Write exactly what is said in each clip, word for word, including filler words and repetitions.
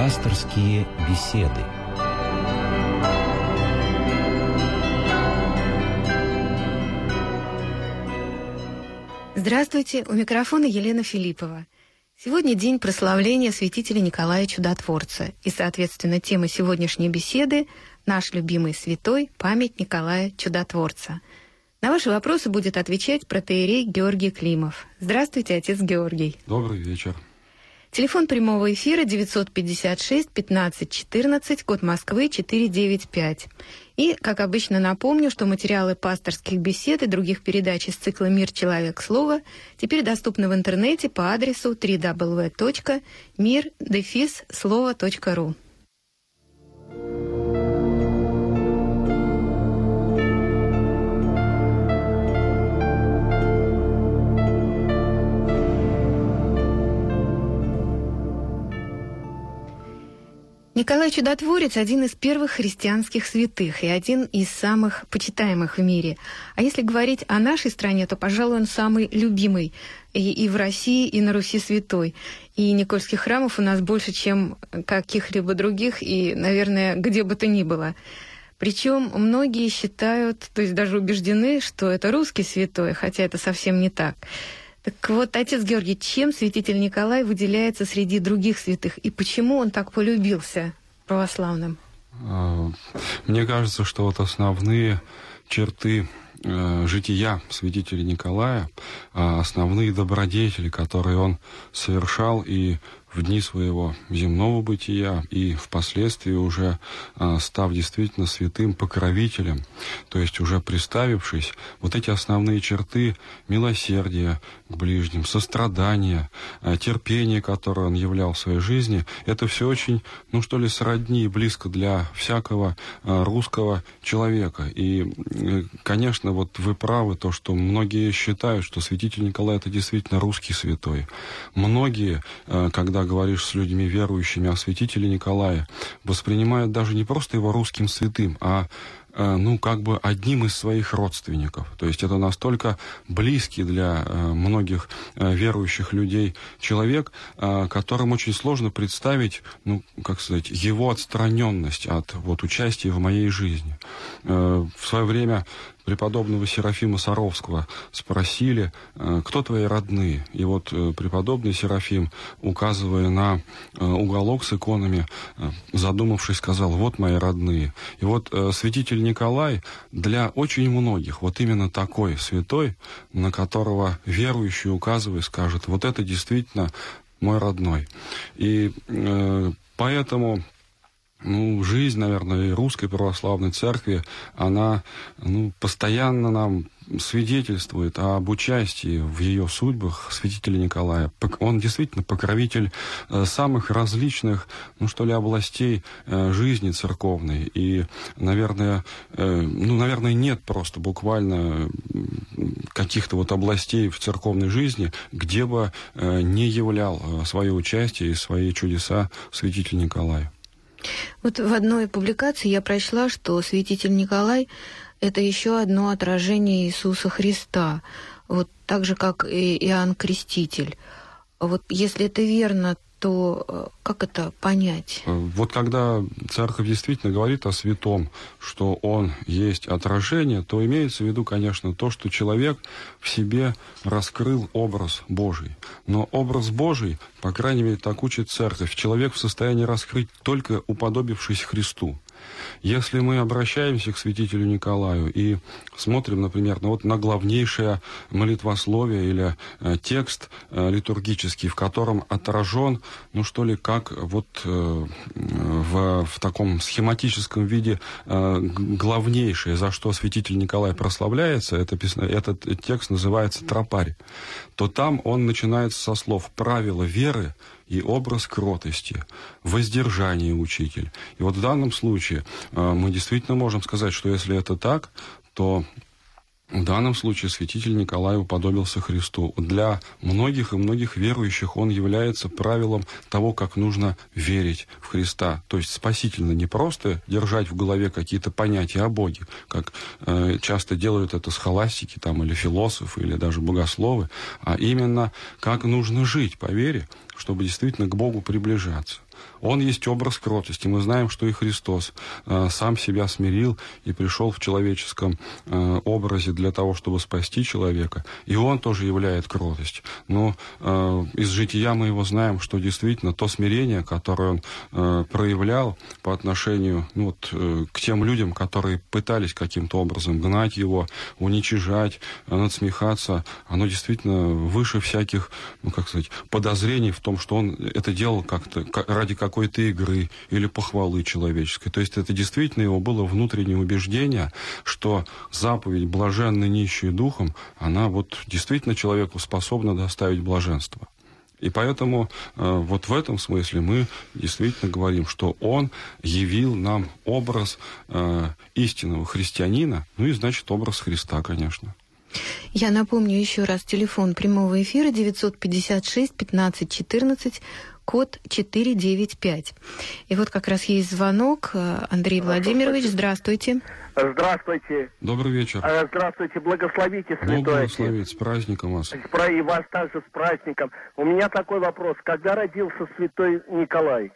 Пасторские беседы. Здравствуйте, у микрофона Елена Филиппова. Сегодня день прославления святителя Николая Чудотворца, и, соответственно, тема сегодняшней беседы – наш любимый святой, память Николая Чудотворца. На ваши вопросы будет отвечать протоиерей Георгий Климов. Здравствуйте, отец Георгий. Добрый вечер. Телефон прямого эфира девятьсот пятьдесят шесть пятнадцать четырнадцать, код Москвы четыреста девяносто пять. И, как обычно, напомню, что материалы пасторских бесед и других передач из цикла «Мир. Человек. Слово» теперь доступны в интернете по адресу дабл ю дабл ю дабл ю точка мир дефис слово точка ру. Николай Чудотворец – один из первых христианских святых и один из самых почитаемых в мире. А если говорить о нашей стране, то, пожалуй, он самый любимый и, и в России, и на Руси святой. И никольских храмов у нас больше, чем каких-либо других, и, наверное, где бы то ни было. Причем многие считают, то есть даже убеждены, что это русский святой, хотя это совсем не так. Так вот, отец Георгий, чем святитель Николай выделяется среди других святых, и почему он так полюбился православным? Мне кажется, что вот основные черты жития святителя Николая, основные добродетели, которые он совершал и в дни своего земного бытия, и впоследствии уже став действительно святым покровителем, то есть уже приставившись, вот эти основные черты милосердия к ближним, сострадания, терпения, которое он являл в своей жизни, это все очень, ну что ли, сродни и близко для всякого русского человека. И, конечно, вот вы правы, то, что многие считают, что святитель Николай — это действительно русский святой. Многие, когда говоришь с людьми, верующими о святителе Николае, воспринимают даже не просто его русским святым, а ну, как бы одним из своих родственников. То есть это настолько близкий для многих верующих людей человек, которым очень сложно представить, ну, как сказать, его отстраненность от вот, участия в моей жизни. В свое время преподобного Серафима Саровского спросили, кто твои родные? И вот преподобный Серафим, указывая на уголок с иконами, задумавшись, сказал: вот мои родные. И вот святитель Николай для очень многих вот именно такой святой, на которого верующий, указывая, скажет: вот это действительно мой родной. И э, поэтому... Ну, жизнь, наверное, и русской православной церкви, она ну, постоянно нам свидетельствует об участии в ее судьбах святителя Николая. Он действительно покровитель самых различных, ну что ли, областей жизни церковной. И, наверное, ну, наверное, нет просто буквально каких-то вот областей в церковной жизни, где бы не являл свое участие и свои чудеса святитель Николай. Вот в одной публикации я прочла, что святитель Николай – это еще одно отражение Иисуса Христа, вот так же, как и Иоанн Креститель. Вот если это верно, то как это понять? Вот когда церковь действительно говорит о святом, что он есть отражение, то имеется в виду, конечно, то, что человек в себе раскрыл образ Божий. Но образ Божий, по крайней мере, так учит церковь, человек в состоянии раскрыть, только уподобившись Христу. Если мы обращаемся к святителю Николаю и смотрим, например, ну вот на главнейшее молитвословие или э, текст э, литургический, в котором отражен, ну что ли, как вот э, в, в таком схематическом виде э, главнейшее, за что святитель Николай прославляется, это, этот текст называется «Тропарь», то там он начинается со слов «правила веры» и образ кротости, воздержание учитель. И вот в данном случае э, мы действительно можем сказать, что если это так, то в данном случае святитель Николай уподобился Христу. Для многих и многих верующих он является правилом того, как нужно верить в Христа. То есть спасительно не просто держать в голове какие-то понятия о Боге, как э, часто делают это схоластики там, или философы, или даже богословы, а именно как нужно жить по вере, чтобы действительно к Богу приближаться. Он есть образ кротости. Мы знаем, что и Христос э, сам себя смирил и пришел в человеческом э, образе для того, чтобы спасти человека. И он тоже являет кротость. Но э, из жития мы его знаем, что действительно то смирение, которое он э, проявлял по отношению ну, вот, э, к тем людям, которые пытались каким-то образом гнать его, уничижать, э, надсмехаться, оно действительно выше всяких, ну, как сказать, подозрений в том, что он это делал как-то ради какой-то игры или похвалы человеческой. То есть это действительно его было внутреннее убеждение, что заповедь «блаженны нищие духом», она вот действительно человеку способна доставить блаженство. И поэтому э, вот в этом смысле мы действительно говорим, что он явил нам образ э, истинного христианина, ну и значит образ Христа, конечно. Я напомню еще раз телефон прямого эфира девятьсот пятьдесят шесть пятнадцать четырнадцать, код четыре девять пять. И вот как раз есть звонок. Андрей Владимирович, здравствуйте. Здравствуйте. Добрый вечер. Здравствуйте, благословите, святой Бог благословит, с праздником вас. И вас также с праздником. У меня такой вопрос. Когда родился святой Николай?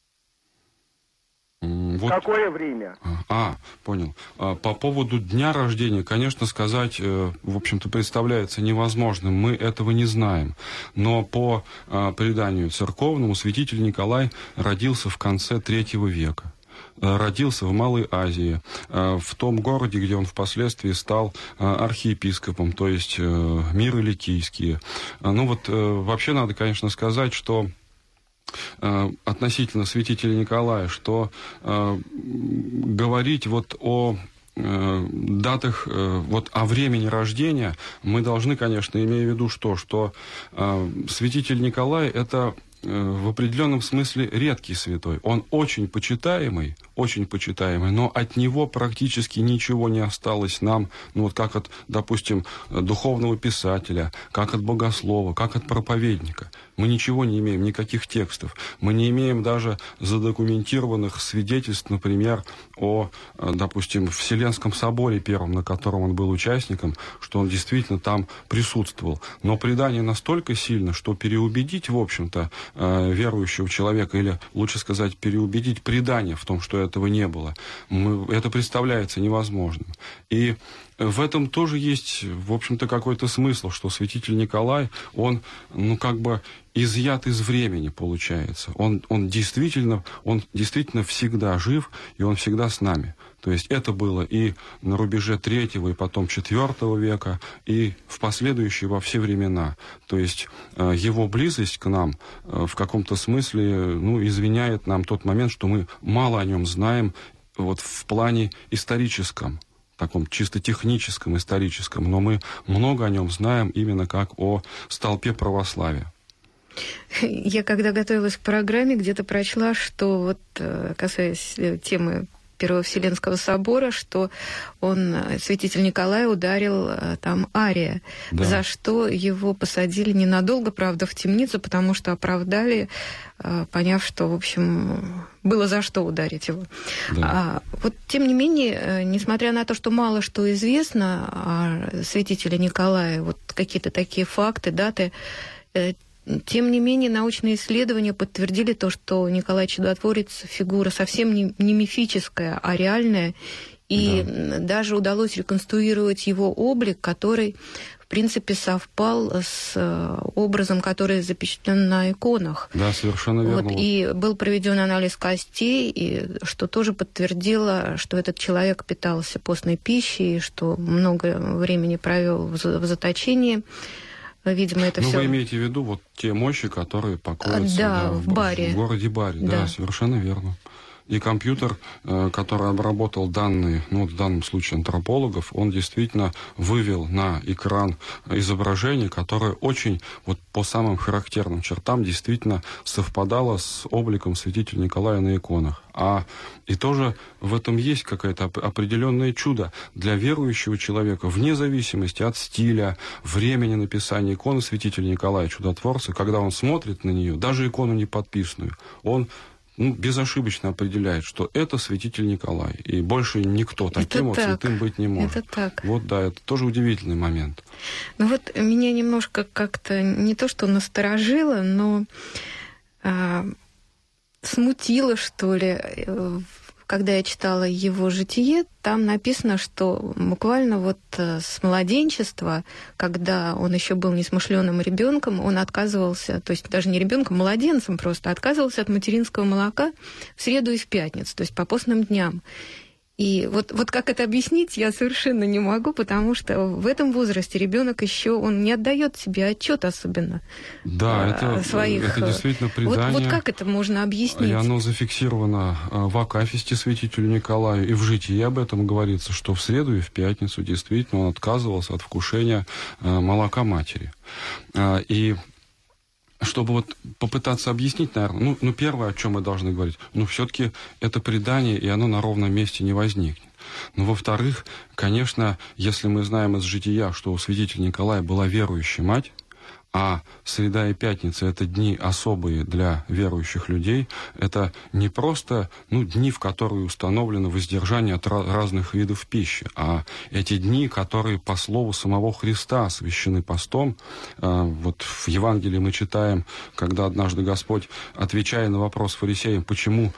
Вот. Какое время? А, понял. По поводу дня рождения, конечно, сказать, в общем-то, представляется невозможным. Мы этого не знаем. Но по преданию церковному святитель Николай родился в конце третьего века. Родился в Малой Азии, в том городе, где он впоследствии стал архиепископом, то есть миры ликийские. Ну вот, вообще надо, конечно, сказать, что относительно святителя Николая, что э, говорить вот о э, датах, э, вот о времени рождения мы должны, конечно, имея в виду что, что э, святитель Николай это э, в определенном смысле редкий святой. Он очень почитаемый, очень почитаемый, но от него практически ничего не осталось нам, ну вот как от, допустим, духовного писателя, как от богослова, как от проповедника. Мы ничего не имеем, никаких текстов. Мы не имеем даже задокументированных свидетельств, например, о, допустим, Вселенском соборе первом, на котором он был участником, что он действительно там присутствовал. Но предание настолько сильно, что переубедить, в общем-то, верующего человека, или, лучше сказать, переубедить предание в том, что этого не было, мы, это представляется невозможным. И в этом тоже есть, в общем-то, какой-то смысл, что святитель Николай, он, ну, как бы изъят из времени, получается. Он, он, действительно, он действительно всегда жив, и он всегда с нами. То есть это было и на рубеже третьего, и потом четвертого века, и в последующие во все времена. То есть э, его близость к нам э, в каком-то смысле, ну, извиняет нам тот момент, что мы мало о нем знаем вот в плане историческом, таком чисто техническом, историческом, но мы много о нем знаем именно как о столпе православия. Я когда готовилась к программе, где-то прочла, что вот касаясь темы Первого Вселенского собора, что он, святитель Николай, ударил там ария, да. За что его посадили ненадолго, правда, в темницу, потому что оправдали, поняв, что, в общем, было за что ударить его. Да. А, вот, тем не менее, несмотря на то, что мало что известно о святителе Николае, вот какие-то такие факты, даты, тем не менее, научные исследования подтвердили то, что Николай Чудотворец фигура совсем не, не мифическая, а реальная. И да. Даже удалось реконструировать его облик, который, в принципе, совпал с образом, который запечатлен на иконах. Да, совершенно верно. Вот, и был проведен анализ костей, и что тоже подтвердило, что этот человек питался постной пищей, что много времени провел в заточении. Видимо, это ну, все. Вы имеете в виду вот те мощи, которые покоятся да, да, в, Баре. в городе Баре. Да. Да, совершенно верно. И компьютер, который обработал данные, ну, в данном случае антропологов, он действительно вывел на экран изображение, которое очень, вот по самым характерным чертам, действительно совпадало с обликом святителя Николая на иконах. А и тоже в этом есть какое-то определенное чудо для верующего человека, вне зависимости от стиля, времени написания иконы святителя Николая Чудотворца, когда он смотрит на нее, даже икону не подписанную, он ну, безошибочно определяет, что это святитель Николай. И больше никто таким вот святым быть не может. Это так. Вот, да, это тоже удивительный момент. Ну вот меня немножко как-то не то что насторожило, но а, смутило, что ли. Когда я читала его житие, там написано, что буквально вот с младенчества, когда он еще был несмышленым ребенком, он отказывался, то есть даже не ребенком, младенцем просто, отказывался от материнского молока в среду и в пятницу, то есть по постным дням. И вот, вот как это объяснить, я совершенно не могу, потому что в этом возрасте ребенок еще он не отдает себе отчет особенно. Да, это, своих... это действительно предание. Вот, вот как это можно объяснить? И оно зафиксировано в Акафисте святителю Николаю, и в житии об этом говорится, что в среду и в пятницу действительно он отказывался от вкушения молока матери. И чтобы вот попытаться объяснить, наверное, ну, ну, первое, о чем мы должны говорить, ну, все-таки это предание, и оно на ровном месте не возникнет. Но, во-вторых, конечно, если мы знаем из жития, что у святителя Николая была верующая мать, а среда и пятница – это дни особые для верующих людей. Это не просто ну, дни, в которые установлено воздержание от разных видов пищи, а эти дни, которые по слову самого Христа освящены постом. Вот в Евангелии мы читаем, когда однажды Господь, отвечая на вопрос фарисеям, почему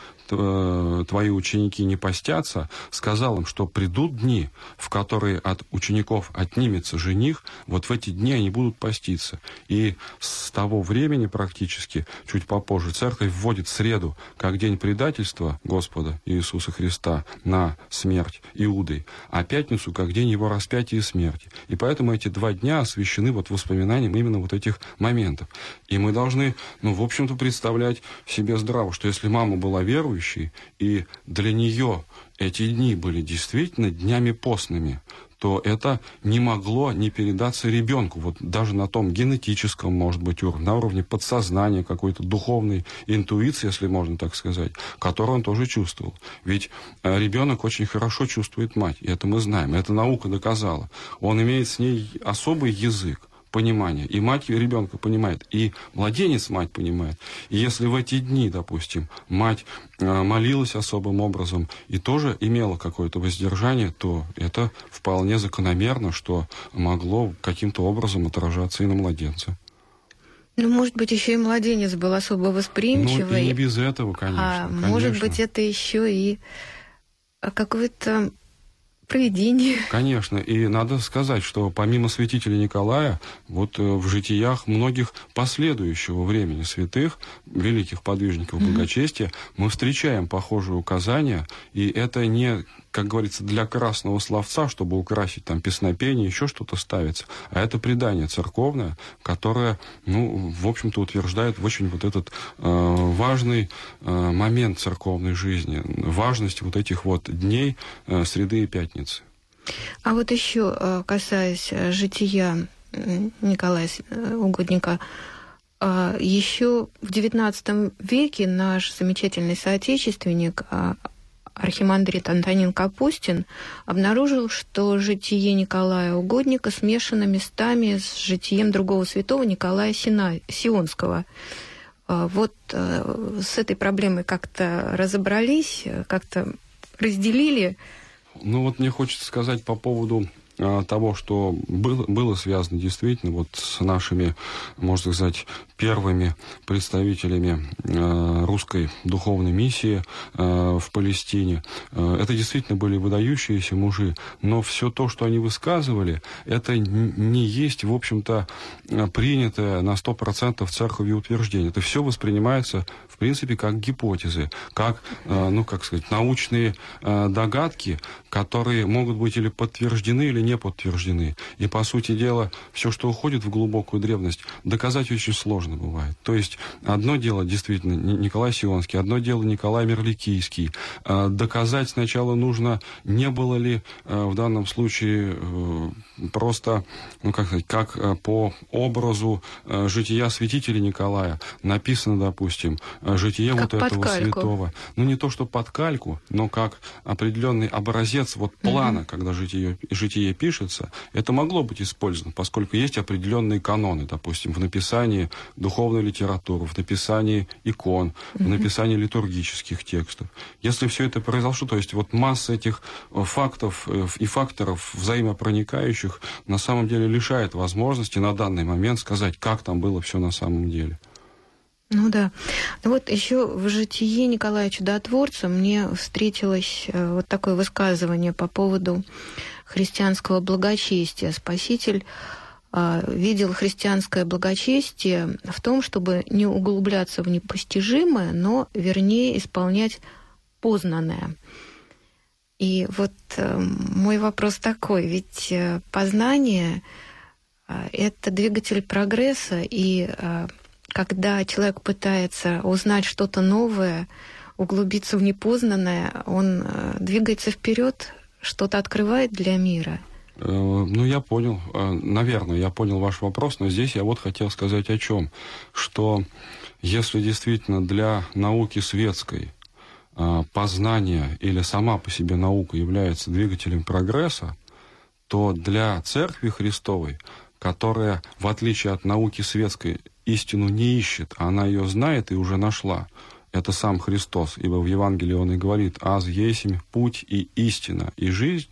твои ученики не постятся, сказал им, что придут дни, в которые от учеников отнимется жених, вот в эти дни они будут поститься. И с того времени практически, чуть попозже, церковь вводит среду как день предательства Господа Иисуса Христа на смерть Иудой, а пятницу как день его распятия и смерти. И поэтому эти два дня освящены вот воспоминанием именно вот этих моментов. И мы должны, ну, в общем-то, представлять себе здраво, что если мама была верующей, и для нее эти дни были действительно днями постными, то это не могло не передаться ребенку, вот даже на том генетическом, может быть, уровне, на уровне подсознания, какой-то духовной интуиции, если можно так сказать, которую он тоже чувствовал. Ведь ребенок очень хорошо чувствует мать, и это мы знаем, это наука доказала. Он имеет с ней особый язык понимания, и мать ребенка понимает, и младенец мать понимает. И если в эти дни, допустим, мать молилась особым образом и тоже имела какое-то воздержание, то это вполне закономерно, что могло каким-то образом отражаться и на младенце. Ну, может быть, еще и младенец был особо восприимчивый. Ну, и не без этого, конечно. А конечно. Может быть, это еще и какое-то провидение. Конечно, и надо сказать, что помимо святителя Николая, вот в житиях многих последующего времени святых, великих подвижников благочестия, mm-hmm. мы встречаем похожие указания, и это не, как говорится, для красного словца, чтобы украсить там песнопение, еще что-то ставится, а это предание церковное, которое, ну, в общем-то, утверждает очень вот этот э, важный э, момент церковной жизни, важность вот этих вот дней э, среды и пятницы. А вот еще касаясь жития Николая Угодника, еще в девятнадцатом веке наш замечательный соотечественник архимандрит Антонин Капустин обнаружил, что житие Николая Угодника смешано местами с житием другого святого Николая Сина, Сионского. Вот с этой проблемой как-то разобрались, как-то разделили. Ну вот мне хочется сказать по поводу а, того, что было, было связано действительно вот с нашими, можно сказать, первыми представителями а, русской духовной миссии а, в Палестине. А, это действительно были выдающиеся мужи, но все то, что они высказывали, это не есть, в общем-то, принятое на сто процентов церковью утверждение. Это все воспринимается, в принципе, как гипотезы, как, а, ну, как сказать, научные а, догадки, которые могут быть или подтверждены, или не подтверждены. И, по сути дела, все, что уходит в глубокую древность, доказать очень сложно бывает. То есть, одно дело, действительно, Николай Сионский, одно дело Николай Мерликийский. Доказать сначала нужно, не было ли в данном случае просто, ну, как сказать, как по образу жития святителя Николая написано, допустим, житие как вот этого кальку. Святого. Ну, не то, что под кальку, но как определенный образец вот плана, mm-hmm. когда житие, житие пишется, это могло быть использовано, поскольку есть определенные каноны, допустим, в написании духовной литературы, в написании икон, mm-hmm. в написании литургических текстов. Если все это произошло, то есть вот масса этих фактов и факторов взаимопроникающих на самом деле лишает возможности на данный момент сказать, как там было все на самом деле. Ну да. Ну вот еще в житии Николая Чудотворца мне встретилось вот такое высказывание по поводу христианского благочестия. Спаситель видел христианское благочестие в том, чтобы не углубляться в непостижимое, но вернее исполнять познанное. И вот мой вопрос такой, ведь познание — это двигатель прогресса, и когда человек пытается узнать что-то новое, углубиться в непознанное, он двигается вперед, что-то открывает для мира. Ну, я понял. Наверное, я понял ваш вопрос, но здесь я вот хотел сказать о чем. Что если действительно для науки светской познание или сама по себе наука является двигателем прогресса, то для Церкви Христовой, которая, в отличие от науки светской, истину не ищет, а она ее знает и уже нашла, это сам Христос, ибо в Евангелии он и говорит: «Аз есмь путь и истина и жизнь».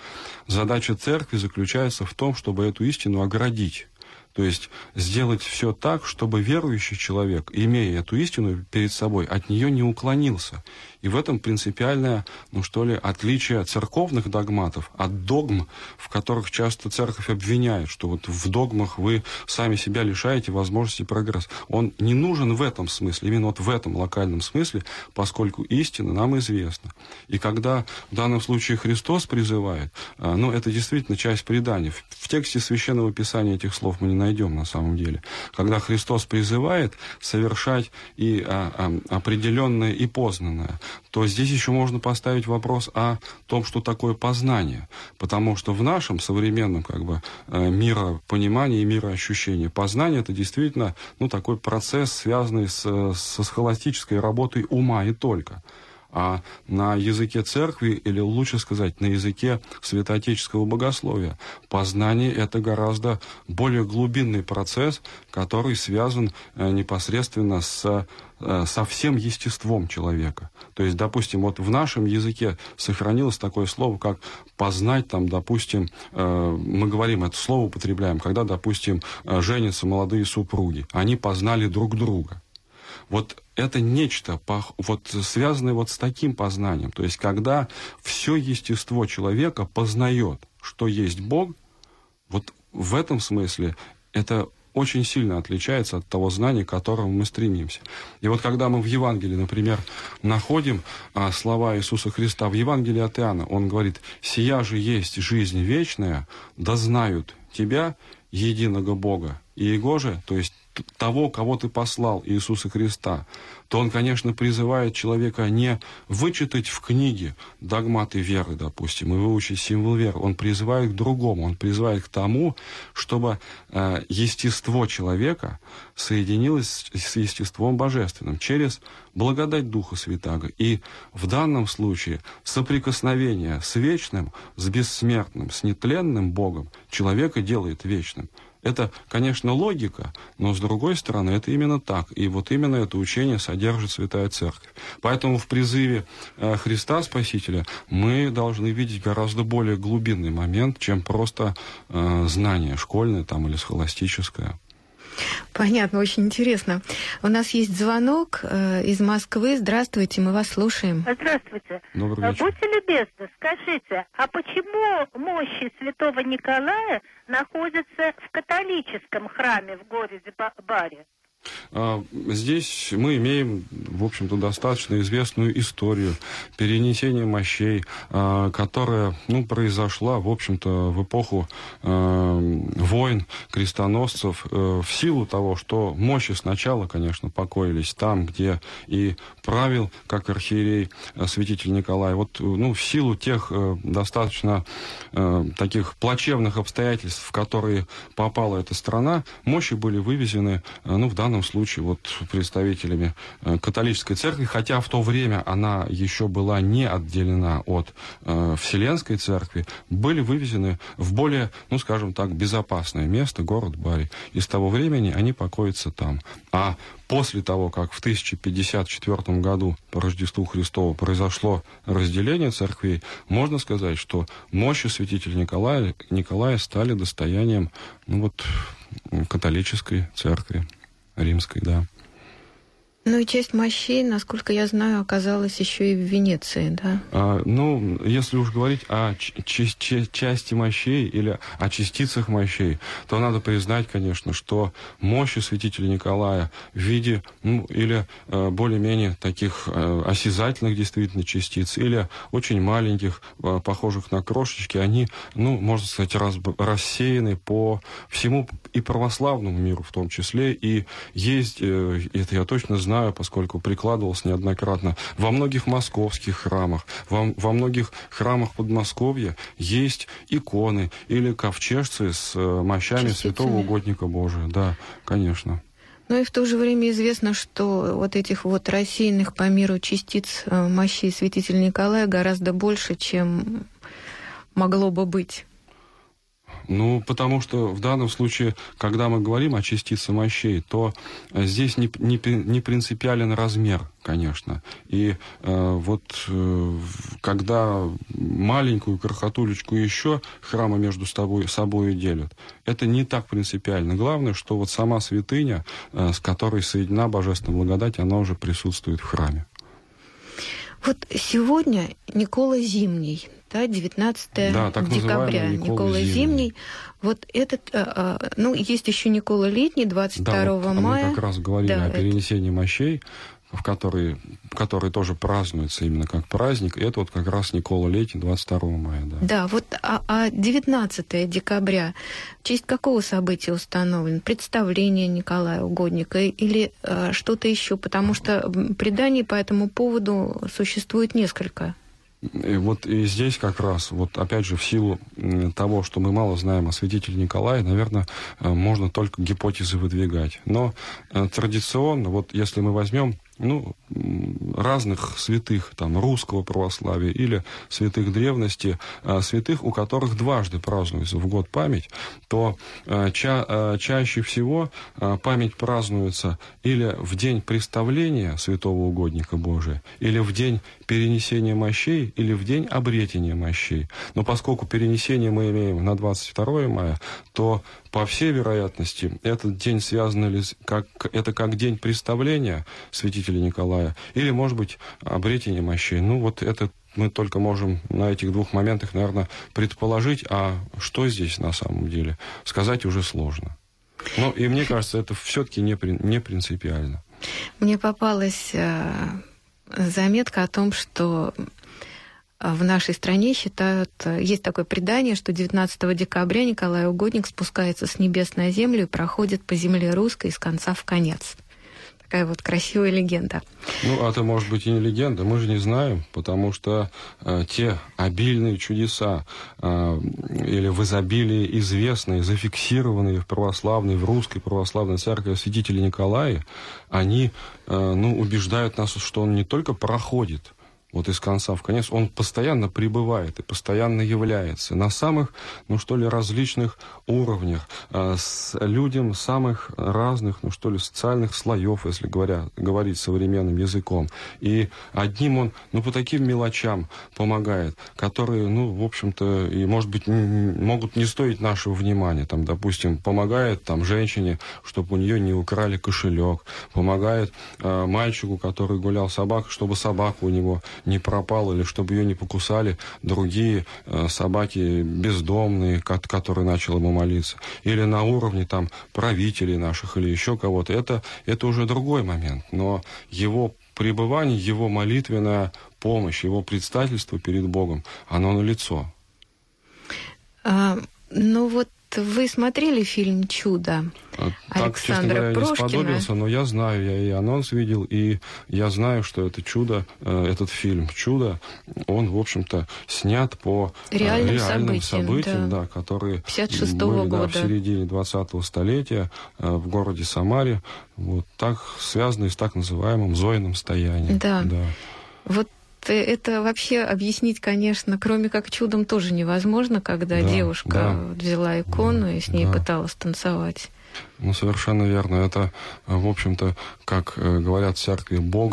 Задача Церкви заключается в том, чтобы эту истину оградить. То есть сделать все так, чтобы верующий человек, имея эту истину перед собой, от нее не уклонился. И в этом принципиальное, ну что ли, отличие церковных догматов от догм, в которых часто церковь обвиняет, что вот в догмах вы сами себя лишаете возможности прогресса. Он не нужен в этом смысле, именно вот в этом локальном смысле, поскольку истина нам известна. И когда в данном случае Христос призывает, ну это действительно часть предания. В тексте Священного Писания этих слов мы не найдем на самом деле. Когда Христос призывает совершать и а, а, определенное и познанное, то здесь еще можно поставить вопрос о том, что такое познание. Потому что в нашем современном как бы, миропонимании и мироощущении познание — это действительно ну, такой процесс, связанный с, со схоластической работой ума и только. А на языке церкви, или лучше сказать, на языке святоотеческого богословия, познание — это гораздо более глубинный процесс, который связан непосредственно с, со всем естеством человека. То есть, допустим, вот в нашем языке сохранилось такое слово, как познать, там, допустим, мы говорим, это слово употребляем, когда, допустим, женятся молодые супруги, они познали друг друга. Вот это нечто, вот, связанное вот с таким познанием. То есть, когда все естество человека познает, что есть Бог, вот в этом смысле это очень сильно отличается от того знания, к которому мы стремимся. И вот когда мы в Евангелии, например, находим а, слова Иисуса Христа, в Евангелии от Иоанна, он говорит: «Сия же есть жизнь вечная, да знают Тебя, единого Бога, и Его же», то есть того, кого Ты послал, Иисуса Христа, то он, конечно, призывает человека не вычитать в книге догматы веры, допустим, и выучить символ веры. Он призывает к другому, он призывает к тому, чтобы э, естество человека соединилось с, с естеством божественным через благодать Духа Святаго. И в данном случае соприкосновение с вечным, с бессмертным, с нетленным Богом человека делает вечным. Это, конечно, логика, но, с другой стороны, это именно так. И вот именно это учение содержит Святая Церковь. Поэтому в призыве э, Христа Спасителя мы должны видеть гораздо более глубинный момент, чем просто э, знание школьное там, или схоластическое. Понятно, очень интересно. У нас есть звонок э, из Москвы. Здравствуйте, мы вас слушаем. Здравствуйте. Добрый вечер. Будьте любезны, скажите, а почему мощи святого Николая находятся в католическом храме в городе Баре? Здесь мы имеем, в общем-то, достаточно известную историю перенесения мощей, которая, ну, произошла, в общем-то, в эпоху войн крестоносцев, в силу того, что мощи сначала, конечно, покоились там, где и правил, как архиерей, святитель Николай. Вот, ну, в силу тех достаточно таких плачевных обстоятельств, в которые попала эта страна, мощи были вывезены, ну, в данном случае вот представителями католической церкви, хотя в то время она еще была не отделена от э, Вселенской церкви, были вывезены в более, ну скажем так, безопасное место, город Бари. И с того времени они покоятся там. А после того, как в тысяча пятьдесят четвёртом году по Рождеству Христову произошло разделение церквей, можно сказать, что мощи святителя Николая, Николая стали достоянием, ну вот, католической церкви. Римской, да. Ну и часть мощей, насколько я знаю, оказалась еще и в Венеции, да? А, ну, если уж говорить о ч- ч- части мощей или о частицах мощей, то надо признать, конечно, что мощи святителя Николая в виде, ну, или э, более-менее таких э, осязательных действительно частиц, или очень маленьких, э, похожих на крошечки, они, ну, можно сказать, раз, рассеяны по всему и православному миру в том числе, и есть, э, это я точно знаю, поскольку прикладывался неоднократно, во многих московских храмах, во, во многих храмах Подмосковья есть иконы или ковчежцы с э, мощами Частицами. святого угодника Божия. Да, конечно. Ну и в то же время известно, что вот этих вот рассеянных по миру частиц э, мощей святителя Николая гораздо больше, чем могло бы быть. Ну, потому что в данном случае, когда мы говорим о частице мощей, то здесь не, не, не принципиален размер, конечно. И э, вот э, когда маленькую крохотулечку еще храмы между собой, собой делят, это не так принципиально. Главное, что вот сама святыня, э, с которой соединена божественная благодать, она уже присутствует в храме. Вот сегодня Никола Зимний, да, девятнадцатое да, декабря, Никола, Никола Зимний. Зимний. Вот этот, а, а, ну, есть еще Никола Летний, двадцать второго да, вот мая. Мы как раз говорили да, о перенесении это... мощей, в который, который тоже празднуется именно как праздник. И это вот как раз Никола Летний, двадцать второго мая. Да, да вот а, а девятнадцатое декабря в честь какого события установлен? Представление Николая Угодника или а, что-то еще? Потому что преданий по этому поводу существует несколько. И вот и здесь как раз, вот опять же, в силу того, что мы мало знаем о святителе Николае, наверное, можно только гипотезы выдвигать. Но традиционно, вот если мы возьмем ну, разных святых, там, русского православия или святых древности, святых, у которых дважды празднуется в год память, то ча- чаще всего память празднуется или в день представления святого угодника Божия, или в день перенесения мощей, или в день обретения мощей. Но поскольку перенесение мы имеем на двадцать второе мая, то по всей вероятности, этот день связан ли, как, это как день представления святителя Николая, или, может быть, обретение мощей. Ну, вот это мы только можем на этих двух моментах, наверное, предположить, а что здесь на самом деле, сказать уже сложно. Ну, и мне кажется, это все-таки не, не принципиально. Мне попалась э, заметка о том, что в нашей стране считают, есть такое предание, что девятнадцатого декабря Николай Угодник спускается с небес на землю и проходит по земле русской с конца в конец. Такая вот красивая легенда. Ну, это может быть и не легенда, мы же не знаем, потому что э, те обильные чудеса э, или в изобилии известные, зафиксированные в православной, в русской православной церкви святителя Николая, они э, ну, убеждают нас, что он не только проходит вот из конца в конец, он постоянно пребывает и постоянно является на самых, ну что ли, различных уровнях, э, с людям самых разных, ну что ли, социальных слоев, если говоря, говорить современным языком. И одним он, ну по таким мелочам помогает, которые, ну, в общем-то, и, может быть, не, могут не стоить нашего внимания. Там, допустим, помогает там женщине, чтобы у нее не украли кошелек, помогает э, мальчику, который гулял с собакой, чтобы собака у него не пропала, или чтобы ее не покусали другие э, собаки бездомные, ко- которые начали ему молиться. Или на уровне там правителей наших, или еще кого-то. Это, это уже другой момент. Но его пребывание, его молитвенная помощь, его предстательство перед Богом, оно налицо. А, ну вот вы смотрели фильм «Чудо» Так, Александра честно говоря, Прошкина? не сподобился, но я знаю, я и анонс видел, и я знаю, что это чудо, этот фильм «Чудо», он, в общем-то, снят по реальным, реальным событиям, событиям, да. Да, которые пятьдесят шестого были года. Да, в середине двадцатого столетия в городе Самаре, вот так связанные с так называемым Зоиным стоянием. Да. Да. Вот это вообще объяснить, конечно, кроме как чудом тоже невозможно, когда да, девушка да, взяла икону да, и с ней да. пыталась танцевать. Ну, совершенно верно. Это, в общем-то, как говорят в церкви, Бог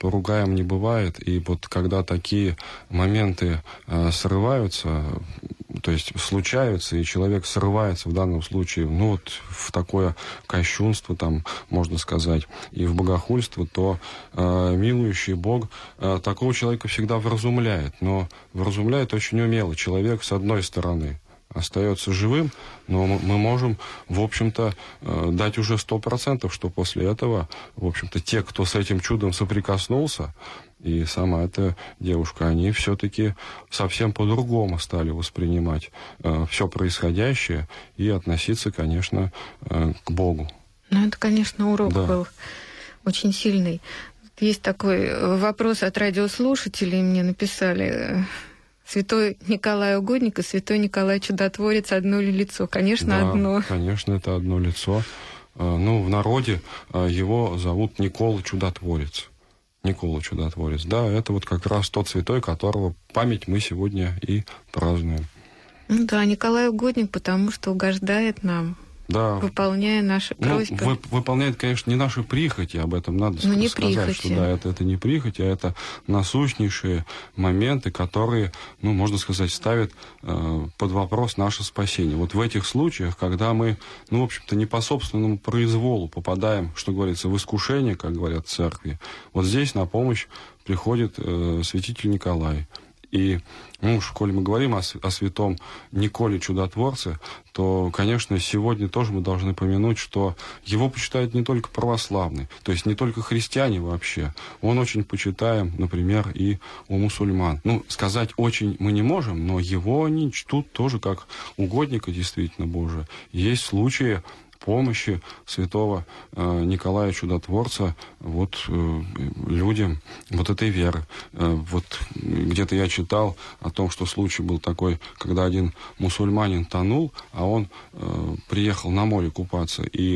поругаем не бывает. И вот когда такие моменты э, срываются, то есть случаются, и человек срывается в данном случае, ну вот в такое кощунство, там, можно сказать, и в богохульство, то э, милующий Бог э, такого человека всегда вразумляет, но вразумляет очень умело. Человек, с одной стороны, остается живым, но мы можем, в общем-то, дать уже сто процентов, что после этого, в общем-то, те, кто с этим чудом соприкоснулся, и сама эта девушка, они все-таки совсем по-другому стали воспринимать э, все происходящее и относиться, конечно, э, к Богу. Ну, это, конечно, урок да. был очень сильный. Есть такой вопрос от радиослушателей, мне написали... Святой Николай Угодник и святой Николай Чудотворец одно ли лицо? Конечно, да, одно. Конечно, это одно лицо. Ну, в народе его зовут Никола Чудотворец. Никола Чудотворец. Да, это вот как раз тот святой, которого память мы сегодня и празднуем. Ну да, Николай Угодник, потому что угождает нам. Да. Выполняя наши просьбы. Ну, вы, выполняет, конечно, не наши прихоти, об этом надо ну, не сказать, прихоти. Что да, это, это не прихоти, а это насущнейшие моменты, которые, ну, можно сказать, ставят э, под вопрос наше спасение. Вот в этих случаях, когда мы, ну, в общем-то, не по собственному произволу попадаем, что говорится, в искушение, как говорят в церкви, вот здесь на помощь приходит э, святитель Николай. И, ну уж, коли мы говорим о, о святом Николе Чудотворце, то, конечно, сегодня тоже мы должны помянуть, что его почитают не только православные, то есть не только христиане вообще. Он очень почитаем, например, и у мусульман. Ну, сказать очень мы не можем, но его они чтут тоже как угодника действительно Божия. Есть случаи помощи святого э, Николая Чудотворца вот э, людям вот этой веры. Э, вот где-то я читал о том, что случай был такой, когда один мусульманин тонул, а он э, приехал на море купаться, и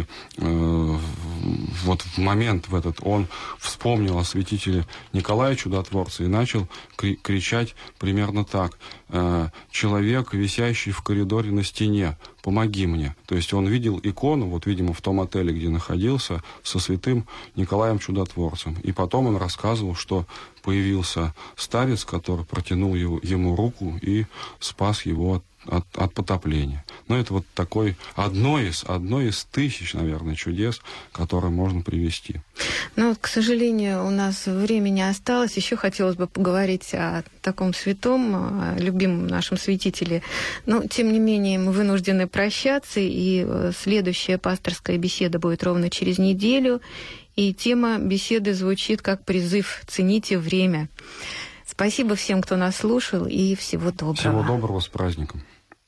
э, вот в момент в этот он вспомнил о святителе Николая Чудотворца и начал кри- кричать примерно так: э, «Человек, висящий в коридоре на стене, помоги мне». То есть он видел икону, вот, видимо, в том отеле, где находился, со святым Николаем Чудотворцем. И потом он рассказывал, что появился старец, который протянул его, ему руку и спас его от, от, от потопления. Но это вот такой одно из, одно из тысяч, наверное, чудес, которые можно привести. Ну, вот, к сожалению, у нас времени осталось. Еще хотелось бы поговорить о таком святом, о любимом нашем святителе. Но, тем не менее, мы вынуждены прощаться, и следующая пасторская беседа будет ровно через неделю. И тема беседы звучит как призыв «Цените время». Спасибо всем, кто нас слушал, и всего доброго. Всего доброго, с праздником.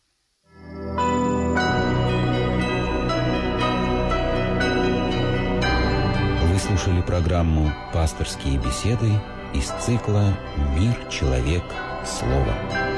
Вы слушали программу «Пасторские беседы» из цикла «Мир, человек, слово».